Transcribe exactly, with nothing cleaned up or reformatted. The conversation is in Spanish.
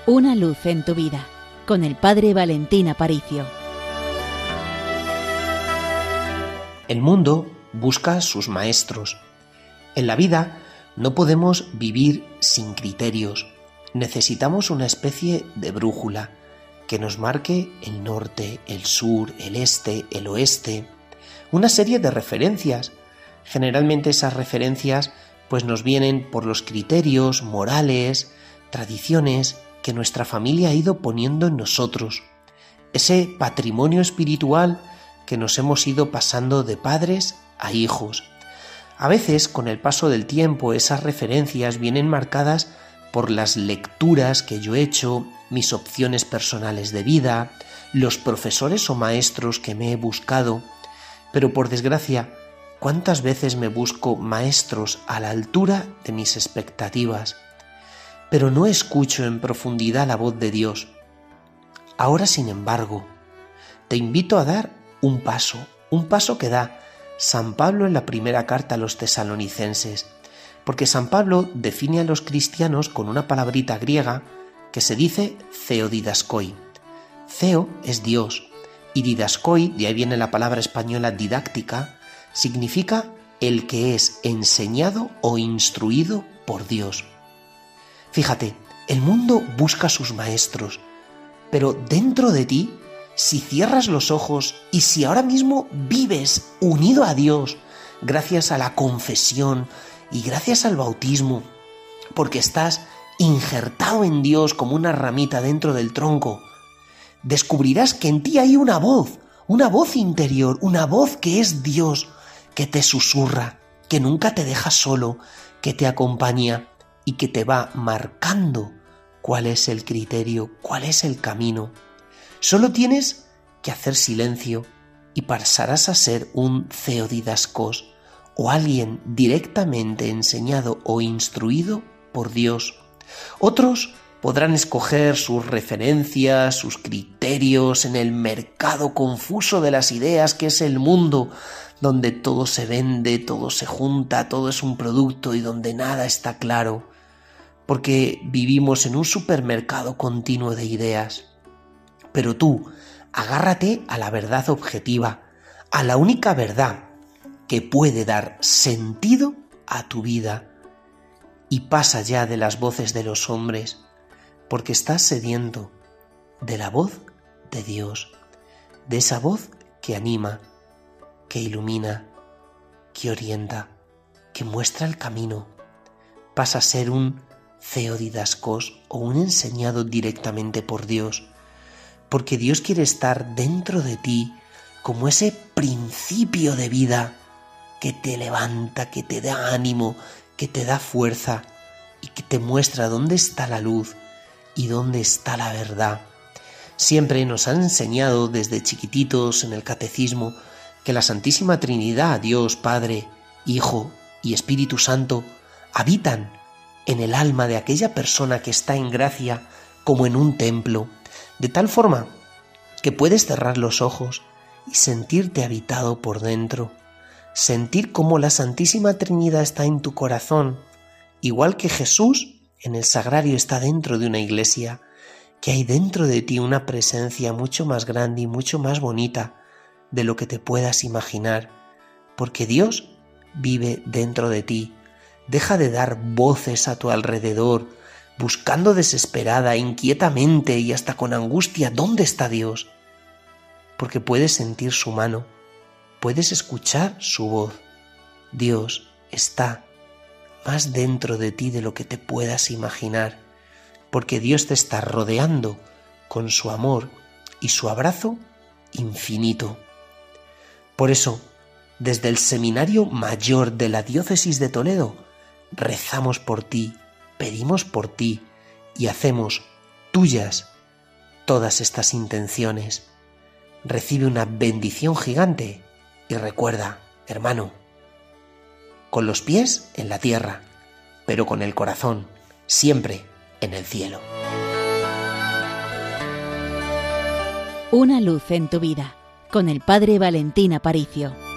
Una luz en tu vida, con el Padre Valentín Aparicio. El mundo busca sus maestros. En la vida no podemos vivir sin criterios. Necesitamos una especie de brújula que nos marque el norte, el sur, el este, el oeste. Una serie de referencias. Generalmente esas referencias pues nos vienen por los criterios morales, tradiciones que nuestra familia ha ido poniendo en nosotros. Ese patrimonio espiritual que nos hemos ido pasando de padres a hijos. A veces, con el paso del tiempo, esas referencias vienen marcadas por las lecturas que yo he hecho, mis opciones personales de vida, los profesores o maestros que me he buscado. Pero por desgracia, ¿cuántas veces me busco maestros a la altura de mis expectativas? Pero no escucho en profundidad la voz de Dios. Ahora, sin embargo, te invito a dar un paso, un paso que da San Pablo en la primera carta a los tesalonicenses, porque San Pablo define a los cristianos con una palabrita griega que se dice theodidaskoi. Theo es Dios y didaskoi, de ahí viene la palabra española didáctica, significa el que es enseñado o instruido por Dios. Fíjate, el mundo busca sus maestros, pero dentro de ti, si cierras los ojos y si ahora mismo vives unido a Dios, gracias a la confesión y gracias al bautismo, porque estás injertado en Dios como una ramita dentro del tronco, descubrirás que en ti hay una voz, una voz interior, una voz que es Dios, que te susurra, que nunca te deja solo, que te acompaña y que te va marcando cuál es el criterio, cuál es el camino. Solo tienes que hacer silencio y pasarás a ser un theodidaskos o alguien directamente enseñado o instruido por Dios. Otros podrán escoger sus referencias, sus criterios en el mercado confuso de las ideas que es el mundo, donde todo se vende, todo se junta, todo es un producto y donde nada está claro, porque vivimos en un supermercado continuo de ideas. Pero tú, agárrate a la verdad objetiva, a la única verdad que puede dar sentido a tu vida, y pasa ya de las voces de los hombres, porque estás sediento de la voz de Dios, de esa voz que anima, que ilumina, que orienta, que muestra el camino. Pasa a ser un theodidaskos o un enseñado directamente por Dios, porque Dios quiere estar dentro de ti como ese principio de vida que te levanta, que te da ánimo, que te da fuerza y que te muestra dónde está la luz y dónde está la verdad. Siempre nos han enseñado desde chiquititos en el catecismo que la Santísima Trinidad, Dios Padre, Hijo y Espíritu Santo, habitan en el alma de aquella persona que está en gracia como en un templo, de tal forma que puedes cerrar los ojos y sentirte habitado por dentro, sentir cómo la Santísima Trinidad está en tu corazón, igual que Jesús en el sagrario está dentro de una iglesia, que hay dentro de ti una presencia mucho más grande y mucho más bonita de lo que te puedas imaginar, porque Dios vive dentro de ti. Deja de dar voces a tu alrededor, buscando desesperada, inquietamente y hasta con angustia ¿dónde está Dios? Porque puedes sentir su mano, puedes escuchar su voz. Dios está más dentro de ti de lo que te puedas imaginar, porque Dios te está rodeando con su amor y su abrazo infinito. Por eso, desde el Seminario Mayor de la Diócesis de Toledo, rezamos por ti, pedimos por ti y hacemos tuyas todas estas intenciones. Recibe una bendición gigante y recuerda, hermano, con los pies en la tierra, pero con el corazón siempre en el cielo. Una luz en tu vida, con el Padre Valentín Aparicio.